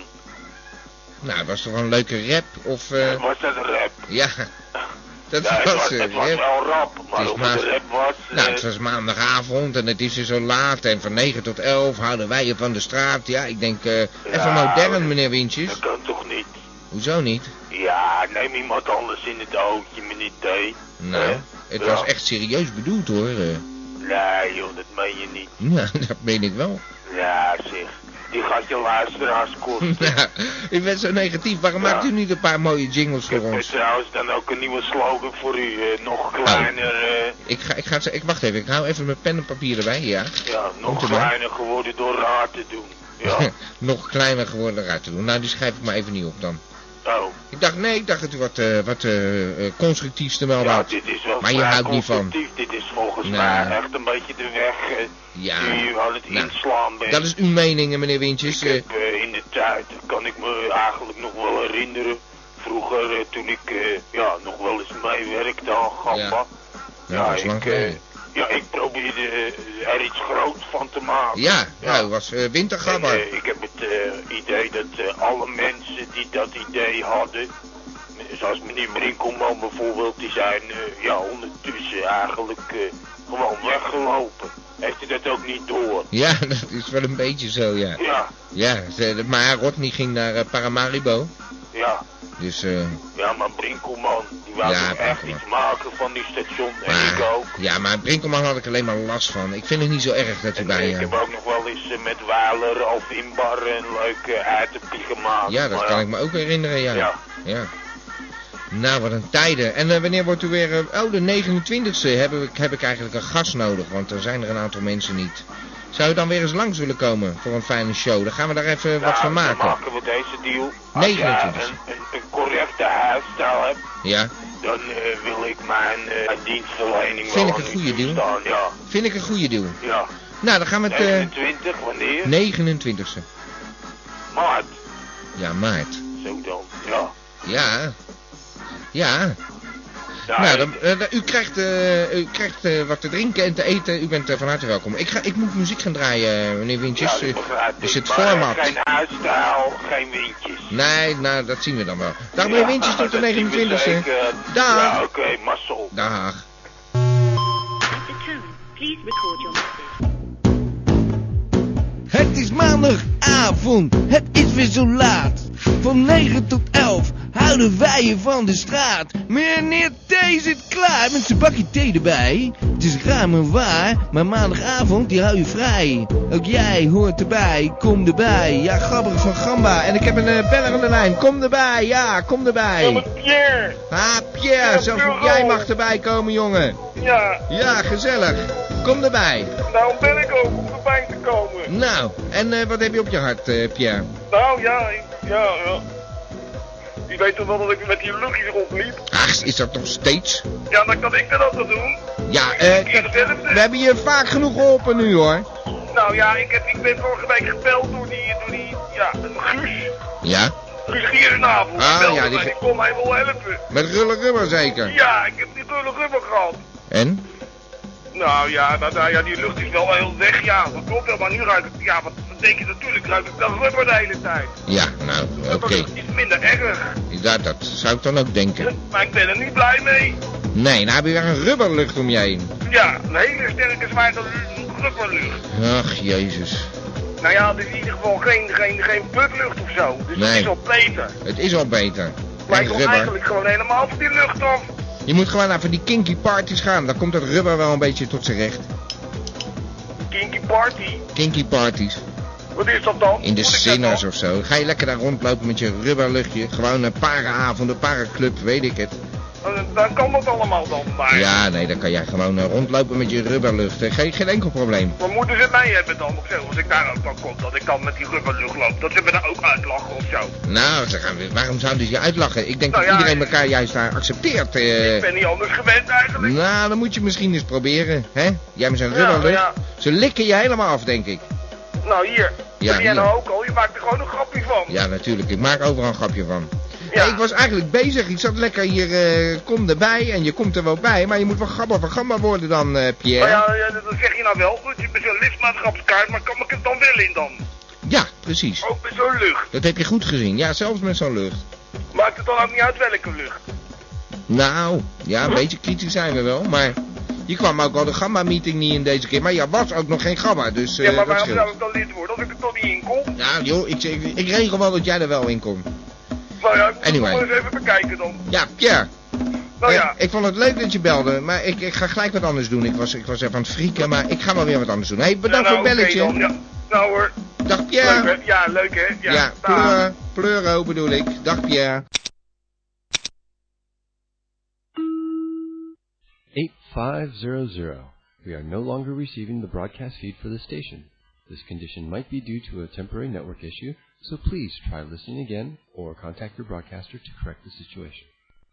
Nou, het was toch een leuke rap, of... Uh... Ja, was dat een rap? Ja... Dat ja, was, het was, uh, het was wel rap, maar het of maar... het rap was... Uh... Nou, het was maandagavond en het is weer zo laat en van negen tot elf houden wij je van de straat. Ja, ik denk, uh, ja, even modern, meneer Wintjes. Dat kan toch niet? Hoezo niet? Ja, neem iemand anders in het ootje, meneer T. Nou, uh, het ja. was echt serieus bedoeld, hoor. Uh. Nee, joh, dat meen je niet. Ja, dat meen ik wel. Ja, zeg. Die gaat je luisteraars kosten. Ja, u bent zo negatief. Waarom ja. maakt u niet een paar mooie jingles voor ik ons? Ik heb trouwens dan ook een nieuwe slogan voor u. Uh, nog kleiner... Uh... Ik, ga, ik, ga, ik wacht even. Ik hou even mijn pen en papier erbij, ja. Ja, nog kleiner geworden door raar te doen. Ja. Nog kleiner geworden door raar te doen. Nou, die schrijf ik maar even niet op dan. Oh. Ik dacht, nee, ik dacht dat u wat, uh, wat uh, constructiefs te melden ja, had. Dit is wel maar je houdt niet van. Dit is volgens nou, mij echt een beetje de weg uh, ja, die u aan het nou, inslaan bent. Dat is uw mening, meneer Wintjes. Ik heb uh, in de tijd, kan ik me eigenlijk nog wel herinneren, vroeger uh, toen ik uh, ja, nog wel eens meewerkte aan Gamba. Ja, ja, ja dat is lang geleden. Uh, Ja, ik probeerde uh, er iets groots van te maken. Ja, ja. Nou, was uh, wintergabber. En, uh, ik heb het uh, idee dat uh, alle mensen die dat idee hadden, zoals meneer Brinkelman bijvoorbeeld, die zijn uh, ja, ondertussen eigenlijk uh, gewoon weggelopen. Heeft u dat ook niet door? Ja, dat is wel een beetje zo, ja. Ja. Ja, ze, maar Rodney ging naar uh, Paramaribo. Ja. Dus, eh... Uh... Ja, maar Brinkelman, die wou ja, toch echt iets maken van die station. En maar, ik ook. Ja, maar Brinkelman had ik alleen maar last van. Ik vind het niet zo erg dat hij bij... Ik heb ook nog wel eens uh, met Weiler of Inbar een leuke uh, uiterpie gemaakt. Ja, dat maar, kan ja. ik me ook herinneren, ja. Ja. ja. Nou, wat een tijden. En uh, wanneer wordt u weer... Uh, oh, de negenentwintigste heb ik, heb ik eigenlijk een gast nodig, want er zijn er een aantal mensen niet. Zou u dan weer eens langs willen komen voor een fijne show? Dan gaan we daar even nou, wat van maken. Dan maken we deze deal. Als negenentwintigste. je een, een, een correcte huisstijl hebt, ja. dan uh, wil ik mijn uh, dienstverlening Vind wel ik een goede deal. Staan, ja. Vind ik een goede deal. Ja. Nou, dan gaan we het... Uh, negenentwintig, wanneer? negenentwintigste. Maart. Ja, maart. Zo dan, ja. Ja. Ja. Ja, nou, dan, uh, u krijgt, uh, u krijgt uh, wat te drinken en te eten. U bent uh, van harte welkom. Ik, ga, ik moet muziek gaan draaien, uh, meneer Wintjes. Ja, begrijp is het maar format? Geen huisstijl, geen windjes. Nee, nou, dat zien we dan wel. Dag meneer ja, Wintjes, tot de negenentwintigste. Dag. Ja, oké, okay, mazzel. Dag. Please record your message. Het is maandagavond, het is weer zo laat. Van negen tot elf houden wij je van de straat. Meneer T zit klaar met zijn bakje thee erbij. Het is raar maar waar, maar maandagavond die hou je vrij. Ook jij hoort erbij, kom erbij. Ja, Gabber van Gamba. En ik heb een uh, beller aan de lijn. Kom erbij, ja, kom erbij. Ja, met Pierre. Ah, Pierre, ja, zelfs jij mag erbij komen, jongen. Ja. Ja, gezellig. Kom erbij. Daarom ben ik ook, om erbij te komen. Nou, en uh, wat heb je op je hart, uh, Pierre? Nou, ja, ik, ja, ja. Je weet toch wel dat ik met die luchtjes rondliep? Ach, is dat nog steeds? Ja, dan kan ik dat ook doen. Ja, eh, uh, we hebben je vaak genoeg geholpen nu, hoor. Nou ja, ik, heb, ik ben vorige week gebeld door die, door die, ja, Guus. Ja? Guus Gierenavond. Ah, ja, die... Ik kon mij wel helpen. Met rulle rubber zeker? Ja, ik heb die rulle rubber gehad. En? Nou ja, nou, nou, ja, die lucht is wel heel weg, ja, dat klopt wel, maar nu ruik ik, ja, wat denk je natuurlijk, ruik ik dat rubber de hele tijd. Ja, nou, oké. Okay. Dat is minder erg. Ja, dat zou ik dan ook denken. Maar ik ben er niet blij mee. Nee, nou heb je weer een rubberlucht om je heen. Ja, een hele sterke, zware rubberlucht. Ach, jezus. Nou ja, het is in ieder geval geen, geen, geen buttlucht of zo, dus nee. het is al beter. Het is al beter. Maar ik wil eigenlijk gewoon helemaal van die lucht af. Je moet gewoon naar van die kinky parties gaan, dan komt dat rubber wel een beetje tot zijn recht. Kinky party? Kinky parties. Wat is dat dan? In de Sinners of zo. Ga je lekker daar rondlopen met je rubberluchtje. Gewoon een parenavond, een parenclub, weet ik het. Dan kan dat allemaal dan, maar... Ja, nee, dan kan jij gewoon uh, rondlopen met je rubberlucht. Geen, geen enkel probleem. Maar moeten ze mij hebben dan of zo? Als ik daar ook dan kom, dat ik dan met die rubberlucht loop. Dat ze me daar ook uitlachen of zo. Nou, ze gaan, waarom zouden ze je uitlachen? Ik denk nou, dat ja, iedereen elkaar juist daar accepteert. Uh... Ik ben niet anders gewend eigenlijk. Nou, dan moet je misschien eens proberen, hè? Jij met zo'n rubberlucht. Ja, ja. Ze likken je helemaal af, denk ik. Nou, hier. Ja, heb jij nou ook al? Je maakt er gewoon een grapje van. Ja, natuurlijk. Ik maak overal een grapje van. Ja. Hey, ik was eigenlijk bezig. Ik zat lekker hier, uh, kom erbij en je komt er wel bij. Maar je moet wel gabber van gamba worden dan, uh, Pierre. Nou ja, ja, dat zeg je nou wel. Goed, je bent zo'n lidmaatschapskaart, maar kan ik het dan wel in dan? Ja, precies. Ook met zo'n lucht. Dat heb je goed gezien. Ja, zelfs met zo'n lucht. Maakt het dan ook niet uit welke lucht? Nou, ja, een huh? beetje kritisch zijn we wel, maar... Je kwam ook al de Gamma-meeting niet in deze keer, maar ja, was ook nog geen Gamma, dus uh, ja, maar waarom scheelt. zou ik dan lid worden als ik er toch niet in kom? Nou joh, ik, ik, ik regel wel dat jij er wel in komt. Nou ja, ik moet anyway. het eens even bekijken dan. Ja, Pierre. Nou eh, ja. Ik vond het leuk dat je belde, maar ik, ik ga gelijk wat anders doen. Ik was, ik was even aan het frieken, maar ik ga wel weer wat anders doen. Hé, hey, bedankt ja, nou, voor het belletje. Okay dan, ja. Nou hoor. Dag Pierre. Leuk, hè? Ja, leuk hè. Ja, ja pleur, pleuro bedoel ik. Dag Pierre. eight five zero zero. We are no longer receiving the broadcast feed for the station. This condition might be due to a temporary network issue, so please try listening again or contact your broadcaster to correct the situation.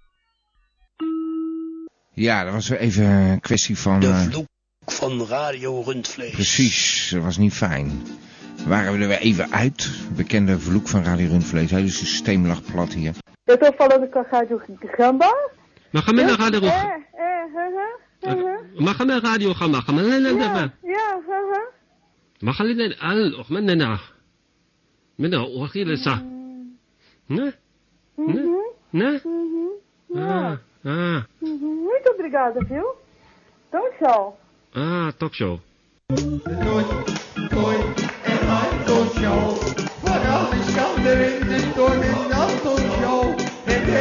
Ja, dat was weer even een kwestie van... De uh, vloek van Radio Rundvlees. Precies, dat was niet fijn. Waren we er weer even uit. Bekende vloek van Radio Rundvlees. Het hele systeem lag plat hier. Dat is opvallend dat ik Radio Gamba. Maar ga met naar Radio Gamba. Eh, eh, uh, uh, uh. Maar ga met Radio Gamba. Ga met naar Ja, ja, uh, uh. Maar ga met al of met naar. Met naar oorgele sa. Nee? Nee? Nee? Ah, ah. Muito obrigada, viu? Talkshow. Ah, talkshow. Show. Vooral de schande in de storm in de show.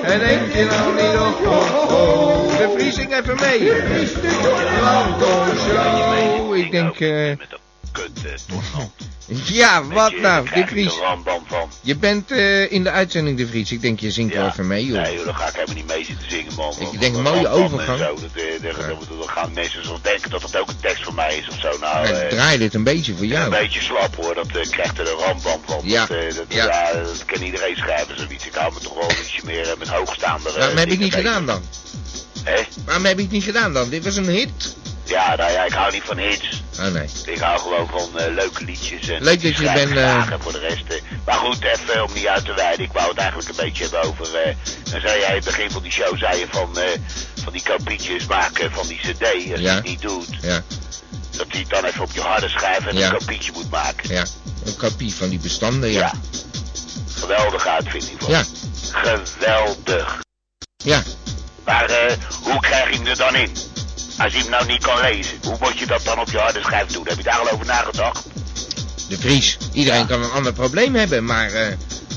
En denk je nou niet op, oh, oh. De Vries, zing even mee. Zo, ik denk... Uh... Ja, wat nou, De Vries. Je bent uh, in de uitzending, De Vries. Ik denk, je zingt wel even mee, joh. Nee, joh, dan ga ik helemaal niet mee zitten zingen, man. Ik denk, een mooie overgang. Zo, dat, uh, dat, dat, dat, dan gaan mensen zo denken dat het ook een tekst voor mij is of zo. Nou, uh, draai dit een beetje voor jou. Een beetje slap, hoor. Dat uh, krijgt er een rambam van. Ja. Dat, uh, dat, ja. ja, dat kan iedereen schrijven, zoiets. Ik hou me toch wel ietsje meer uh, met hoogstaande... Uh, Waarom heb je het niet gedaan dan? Hé? Waarom heb je het niet gedaan dan? Dit was een hit. Ja, nou ja, ik hou niet van hits. Oh nee. Ik hou gewoon van uh, leuke liedjes. En leuk dat je er bent. Uh... voor de rest. Uh, maar goed, even om niet uit te wijden. Ik wou het eigenlijk een beetje hebben over... Uh, dan zei jij in het begin van die show, zei je van, uh, van die kopietjes maken van die cd. Als ja. je het niet doet. Ja. Dat hij het dan even op je harde schijf en ja. een kopietje moet maken. Ja, een kopie van die bestanden, ja. ja. Geweldige uitvinding van. Ja. Geweldig. Ja. Maar uh, hoe krijg je hem er dan in? Als je hem nou niet kan lezen, hoe moet je dat dan op je harde schijf doen? Heb je daar al over nagedacht? De Vries, iedereen ja. kan een ander probleem hebben, maar... Uh...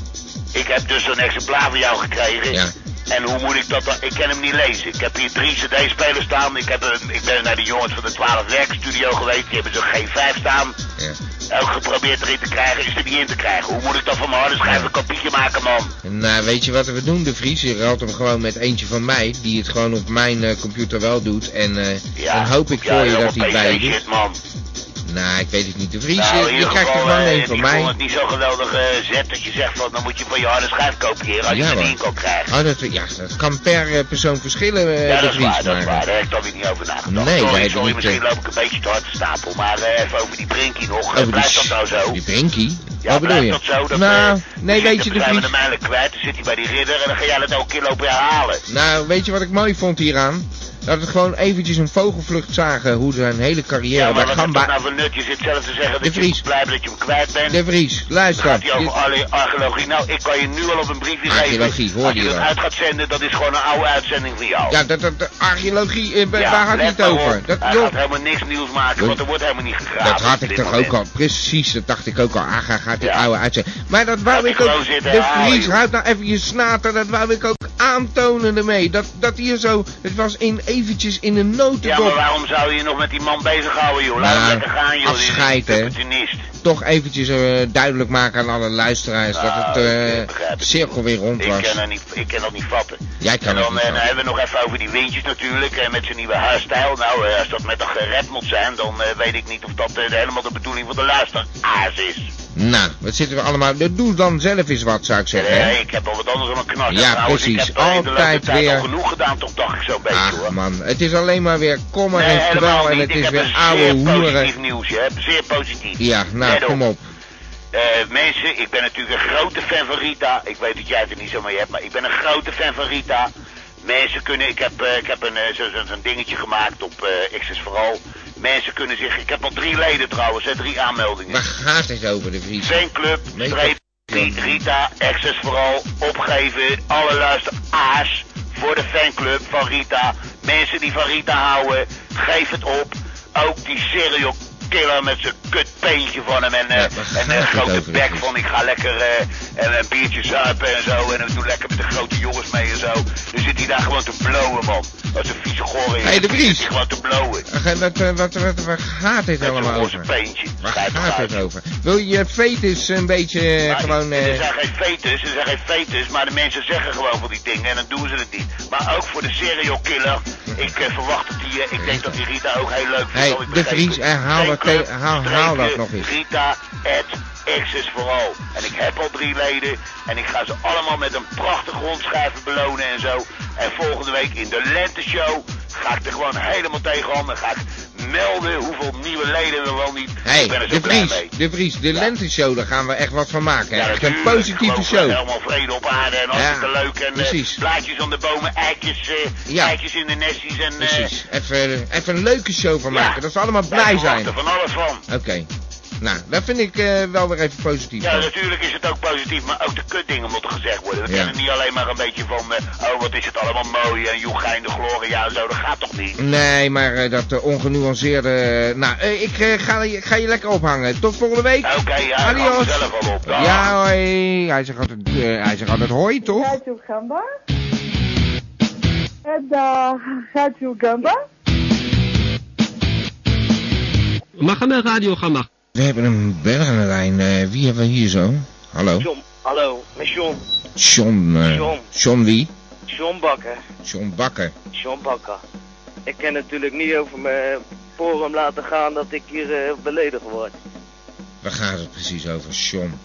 Ik heb dus zo'n exemplaar van jou gekregen. Ja. En hoe moet ik dat dan... Ik kan hem niet lezen. Ik heb hier drie cd-spelers staan. Ik, heb, uh, ik ben naar de jongens van de twaalf werkstudio geweest. Die hebben zo'n G vijf staan. Ja. Ook geprobeerd erin te krijgen, is er niet in te krijgen. Hoe moet ik dat van mijn harde schijf ja. een kopietje maken, man? Nou, weet je wat we doen, De Vries? Je ruilt hem gewoon met eentje van mij, die het gewoon op mijn uh, computer wel doet. En uh, ja. dan hoop ik ja, voor je dat hij bij doet. Shit, man. Nou, ik weet het niet. De Vries, nou, je, je krijgt er gewoon een van mij. Ik vond het niet zo geweldig uh, zet dat je zegt van, dan moet je van je harde schijf kopiëren als ja, je het niet kan krijgen. Oh, dat, ja, dat kan per uh, persoon verschillen, uh, ja, De dat Vries. Waar, dat is maar, waar, daar heb ik dan weer niet over nagedacht. Nee, sorry, dat sorry niet, misschien uh, loop ik een beetje te hard te stapel, maar uh, even over die Brinkie nog. Over blijft die, dat nou zo? Die Brinkie? Ja, wat bedoel je? dat zo? Dat, nou, uh, nee, weet je, De Vries... Dan zijn we de kwijt, dan zit hij bij die ridder en dan ga jij dat elke keer lopen herhalen. Nou, weet je wat ik mooi vond hieraan? Dat het gewoon eventjes een vogelvlucht zagen hoe zijn hele carrière... Ja, maar wat Gamba... is dat nou voor nut? Je zit zelf te zeggen De dat Vries. je moet blijven dat je hem kwijt bent. De Vries, luister. Dan gaat hij over dit... archeologie. Nou, ik kan je nu al op een briefje archeologie, geven. hoor Als je je dat wel. uit gaat zenden, dat is gewoon een oude uitzending van jou. Ja, dat, dat, de archeologie, eh, ja, waar gaat hij het over? Dat, hij joh. gaat helemaal niks nieuws maken, want er wordt helemaal niet gegraven. Dat had ik toch moment. ook al, precies, dat dacht ik ook al. Ah, gaat hij ja. oude uitzending. Maar dat wou dat ik ook, De Vries, houd nou even je snater, dat wou ik ook aantonen ermee. Dat, dat hier zo, het was in eventjes in een notendop. Ja, maar waarom zou je nog met die man bezighouden, joh? Laat nou, hem lekker gaan, joh. Afscheid, hè. Toch eventjes uh, duidelijk maken aan alle luisteraars nou, dat het uh, cirkel weer rond was. Ik kan, dat niet, ik kan dat niet vatten. Jij kan en dan, dat niet uh, vatten. dan hebben we nog even over die windjes natuurlijk, uh, met zijn nieuwe haarstijl. Nou, uh, als dat met een gered moet zijn, dan uh, weet ik niet of dat uh, helemaal de bedoeling van de luisteraars is. Nou, wat zitten we allemaal... Doe dan zelf eens wat, zou ik zeggen. Nee, ik heb al wat anders dan een knar. Ja, trouwens, precies. Ik heb uh, in de altijd tijd weer... al genoeg gedaan, toch dacht ik zo'n beetje, Ach, hoor. man, het is alleen maar weer kommer nee, en kwel en het ik is weer een oude hoeren. positief nieuwsje, hè. Zeer positief. Ja, nou, Let kom op. Uh, mensen, ik ben natuurlijk een grote fan van Rita. Ik weet dat jij het er niet zo mee hebt, maar ik ben een grote fan van Rita. Mensen kunnen, ik heb, uh, ik heb een, uh, zo'n zo, zo dingetje gemaakt op uh, X S Vooral. Mensen kunnen zich, ik heb al drie leden trouwens, hè, drie aanmeldingen. Waar gaat het over, De Vries? Fanclub, streep, Rita, X S Vooral, opgeven, alle luisteraars voor de fanclub van Rita. Mensen die van Rita houden, geef het op. Ook die serial killer met zijn kutpeentje van hem en, uh, ja, en een grote bek van ik ga lekker uh, en een biertje zuipen en zo en we doen lekker met de grote jongens mee en zo. Dan zit hij daar gewoon te blowen, man. Als een vieze goor is, hey, De Vries. zit hij gewoon te blowen. Ach, wat, wat, wat, wat, waar gaat dit met allemaal over? Peentje. Waar gaat dit over? Wil je je fetus een beetje maar, gewoon... Er uh... zijn geen fetus, er zijn geen fetus, maar de mensen zeggen gewoon van die dingen en dan doen ze het niet. Maar ook voor de serial killer, ik uh, verwacht dat die, uh, ik denk dat die Rita ook heel leuk vindt. Hey, De Vries, herhaal dat, te, haal, haal dat nog eens. Rita at X S Vooral. En ik heb al drie leden en ik ga ze allemaal met een prachtig rondschrijven belonen en zo. En volgende week in de lenteshow ga ik er gewoon helemaal tegenaan. Dan ga ik melden hoeveel nieuwe leden er wel niet. Hey, ik ben er zo De blij Vries, mee. De Vries, de ja. lenteshow, daar gaan we echt wat van maken. Ja, echt een positieve show. Helemaal vrede op aarde en hartstikke ja, leuk. En uh, plaatjes aan de bomen, eitjes, uh, ja. eitjes in de nestjes. En, uh, precies, even, even een leuke show van maken. Ja. Dat ze allemaal blij zijn. Ik verwacht er van alles van. Oké. Okay. Nou, dat vind ik uh, wel weer even positief. Ja, van. natuurlijk is het ook positief, maar ook de kutdingen moeten gezegd worden. We ja. kennen niet alleen maar een beetje van, uh, oh wat is het allemaal mooi en Joegijn de Gloria en zo, dat gaat toch niet? Nee, maar uh, dat uh, ongenuanceerde... Uh, nou, uh, ik uh, ga, ga je lekker ophangen. Tot volgende week. Oké, okay, ja, ik ga zelf al op. Dag. Ja, hoi. Hij zegt altijd, uh, hij zegt altijd hoi, toch? Radio Gamba. En uh, Radio Gamba. Mag een radio gaan maken? We hebben een beller aan de lijn. Uh, wie hebben we hier zo? Hallo? John, hallo, met John. John. Uh, John. John wie? John Bakker. John Bakker. John Bakker. Ik kan natuurlijk niet over mijn forum laten gaan dat ik hier uh, beledigd word. Waar gaat het precies over, John?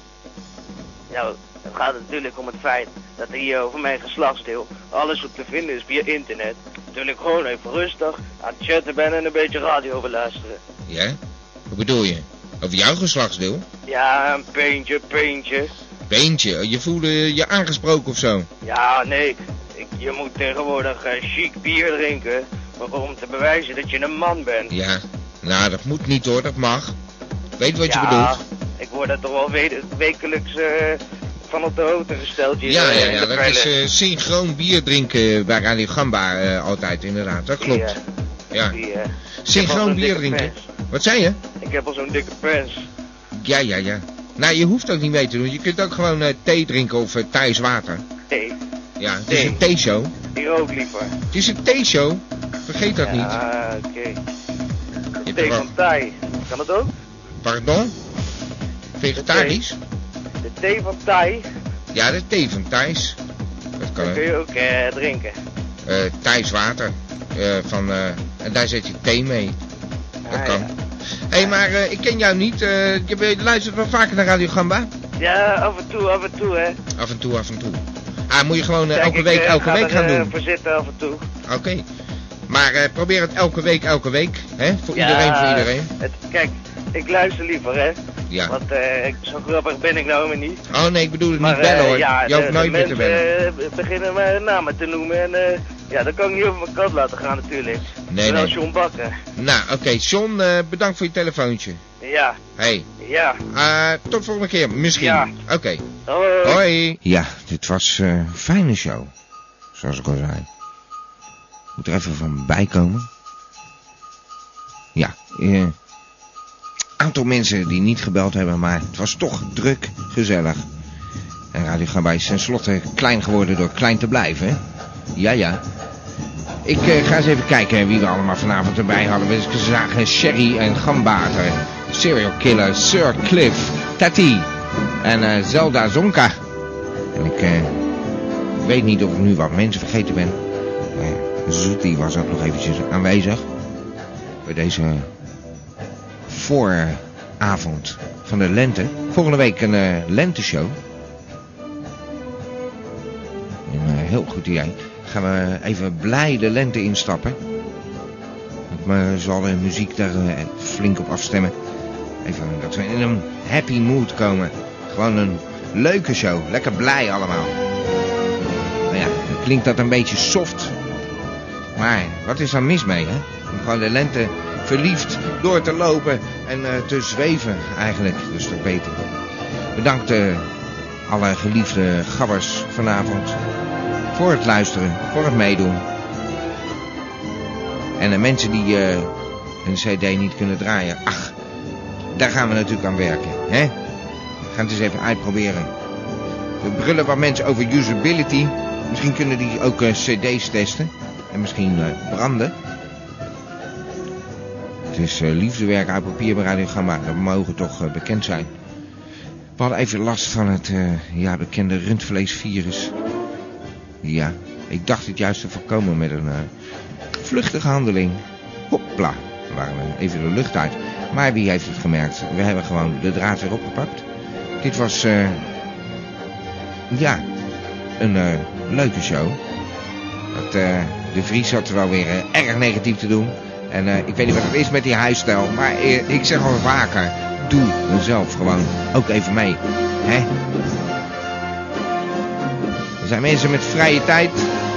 Nou, het gaat natuurlijk om het feit dat er hier over mijn geslachtsdeel alles op te vinden is via internet. Toen ik gewoon even rustig aan het chatten ben en een beetje radio beluisteren. Ja? Wat bedoel je? Over jouw geslachtsdeel? Ja, een peentje, peentje. Peentje? Je voelde je aangesproken of zo? Ja, nee. Ik, je moet tegenwoordig uh, chic bier drinken om te bewijzen dat je een man bent. Ja, nou dat moet niet hoor, dat mag. Weet wat ja, je bedoelt? Ik word er toch wel we wekelijks uh, van op de hoogte gesteld. Hier, ja, uh, ja, ja, dat is uh, synchroon bier drinken bij Radio Gamba uh, altijd, inderdaad. Dat klopt. Ja. ja. Synchroon bier drinken. Pens. Wat zei je? Ik heb al zo'n dikke pens. Ja, ja, ja. Nou, je hoeft ook niet mee te doen. Je kunt ook gewoon uh, thee drinken of uh, Thais water. Thee? Ja, het is een theeshow. Ik ook liever. Het is een theeshow. Vergeet dat ja, niet. Ah, oké. Okay. Thee van Thai. Kan dat ook? Pardon? Vegetarisch? De, de thee van Thai? Ja, de thee van Thais. Dat kan dat kun je ook uh, drinken. Uh, Thais water. Uh, van, uh, en daar zet je thee mee. Dat ah, kan. Hé, ja. hey, maar uh, ik ken jou niet. Uh, je luistert wel vaker naar Radio Gamba? Ja, af en toe, af en toe, hè. Af en toe, af en toe. Ah, moet je gewoon uh, Kijk, elke week, ik, elke week gaan er, doen? voor zitten af en toe. Oké. Okay. Maar uh, probeer het elke week, elke week, hè? Voor ja, iedereen, voor iedereen. Het, kijk, ik luister liever, hè. Ja. Want uh, zo grappig ben ik nou maar niet. Oh nee, ik bedoel het maar, niet bellen hoor. Uh, ja, je hoeft nooit meer te bellen. Uh, beginnen mijn namen te noemen en uh, ja, dat kan ik niet over mijn kant laten gaan natuurlijk. Nee, nee. John Bakker. Nou, oké, okay. John, uh, bedankt voor je telefoontje. Ja. Hey. Ja. Uh, tot volgende keer, misschien. Ja. Oké. Okay. Hoi. Hoi. Ja, dit was uh, een fijne show. Zoals ik al zei. Moet er even van bijkomen. Ja, uh, aantal mensen die niet gebeld hebben, maar het was toch druk, gezellig. En Radio Gamba is tenslotte klein geworden door klein te blijven, hè? Ja, ja. Ik uh, ga eens even kijken wie we allemaal vanavond erbij hadden. We zagen Sherry en Gambater, Serial Killer, Sir Cliff, Tati en uh, Zelda Zonka. En ik uh, weet niet of ik nu wat mensen vergeten ben. Uh, Zoetie was ook nog eventjes aanwezig. Bij deze vooravond van de lente. Volgende week een uh, lenteshow. Een uh, heel goed idee. Gaan we even blij de lente instappen. Ik zal de muziek daar uh, flink op afstemmen. Even dat we in een happy mood komen. Gewoon een leuke show. Lekker blij allemaal. Nou ja, dan klinkt dat een beetje soft. Maar wat is daar mis mee, hè? Om gewoon de lente verliefd door te lopen en uh, te zweven eigenlijk. Dus dat beter. Bedankt uh, alle geliefde gabbers vanavond. Voor het luisteren, voor het meedoen. En de mensen die uh, hun cd niet kunnen draaien. Ach, daar gaan we natuurlijk aan werken. Hè? We gaan het eens even uitproberen. We brullen wat mensen over usability. Misschien kunnen die ook uh, cd's testen. En misschien uh, branden. Het is uh, liefdewerk uit papier bij Radio Gamba. Dat mogen toch uh, bekend zijn. We hadden even last van het uh, ja, bekende rundvleesvirus. Ja, ik dacht het juist te voorkomen met een uh, vluchtige handeling. Hopla, we waren even de lucht uit. Maar wie heeft het gemerkt? We hebben gewoon de draad weer opgepakt. Dit was, uh, ja, een uh, leuke show. Dat, uh, de Vries zat wel weer uh, erg negatief te doen. En uh, ik weet niet wat het is met die huisstijl. Maar uh, ik zeg al vaker, doe zelf gewoon ook even mee. Hè? Er zijn mensen met vrije tijd.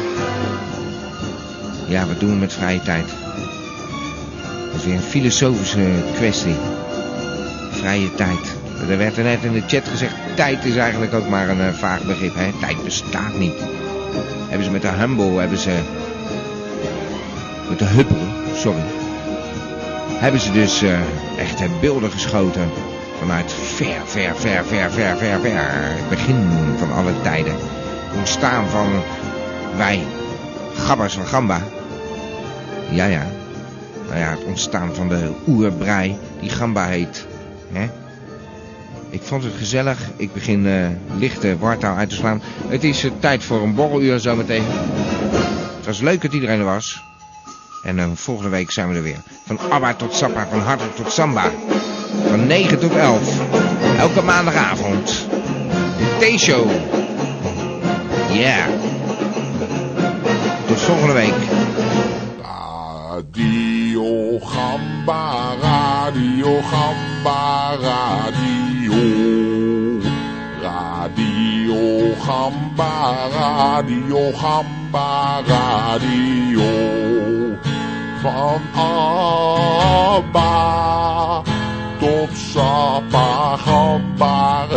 Ja, wat doen we met vrije tijd? Dat is weer een filosofische kwestie. Vrije tijd. Er werd er net in de chat gezegd, tijd is eigenlijk ook maar een uh, vaag begrip. Hè? Tijd bestaat niet. Hebben ze met de Humble, hebben ze... Met de Hubble, sorry. Hebben ze dus uh, echt beelden geschoten. Vanuit ver, ver, ver, ver, ver, ver, ver. Het begin van alle tijden. Ontstaan van wij. Gabbers van Gamba. Ja, ja. Nou ja, het ontstaan van de oerbrei die Gamba heet. Hè? Ik vond het gezellig. Ik begin uh, lichte wartaal uit te slaan. Het is uh, tijd voor een borreluur zometeen. Het was leuk dat iedereen er was. En uh, volgende week zijn we er weer. Van Abba tot Sappa, van Hartelijk tot Samba. Van negen tot elf. Elke maandagavond. De T-show. Ja. Yeah. Tot volgende week. Radio Gamba, Radio Gamba, Radio. Radio Gamba, Radio Gamba, Radio. Van Abba tot Sappa, Gamba,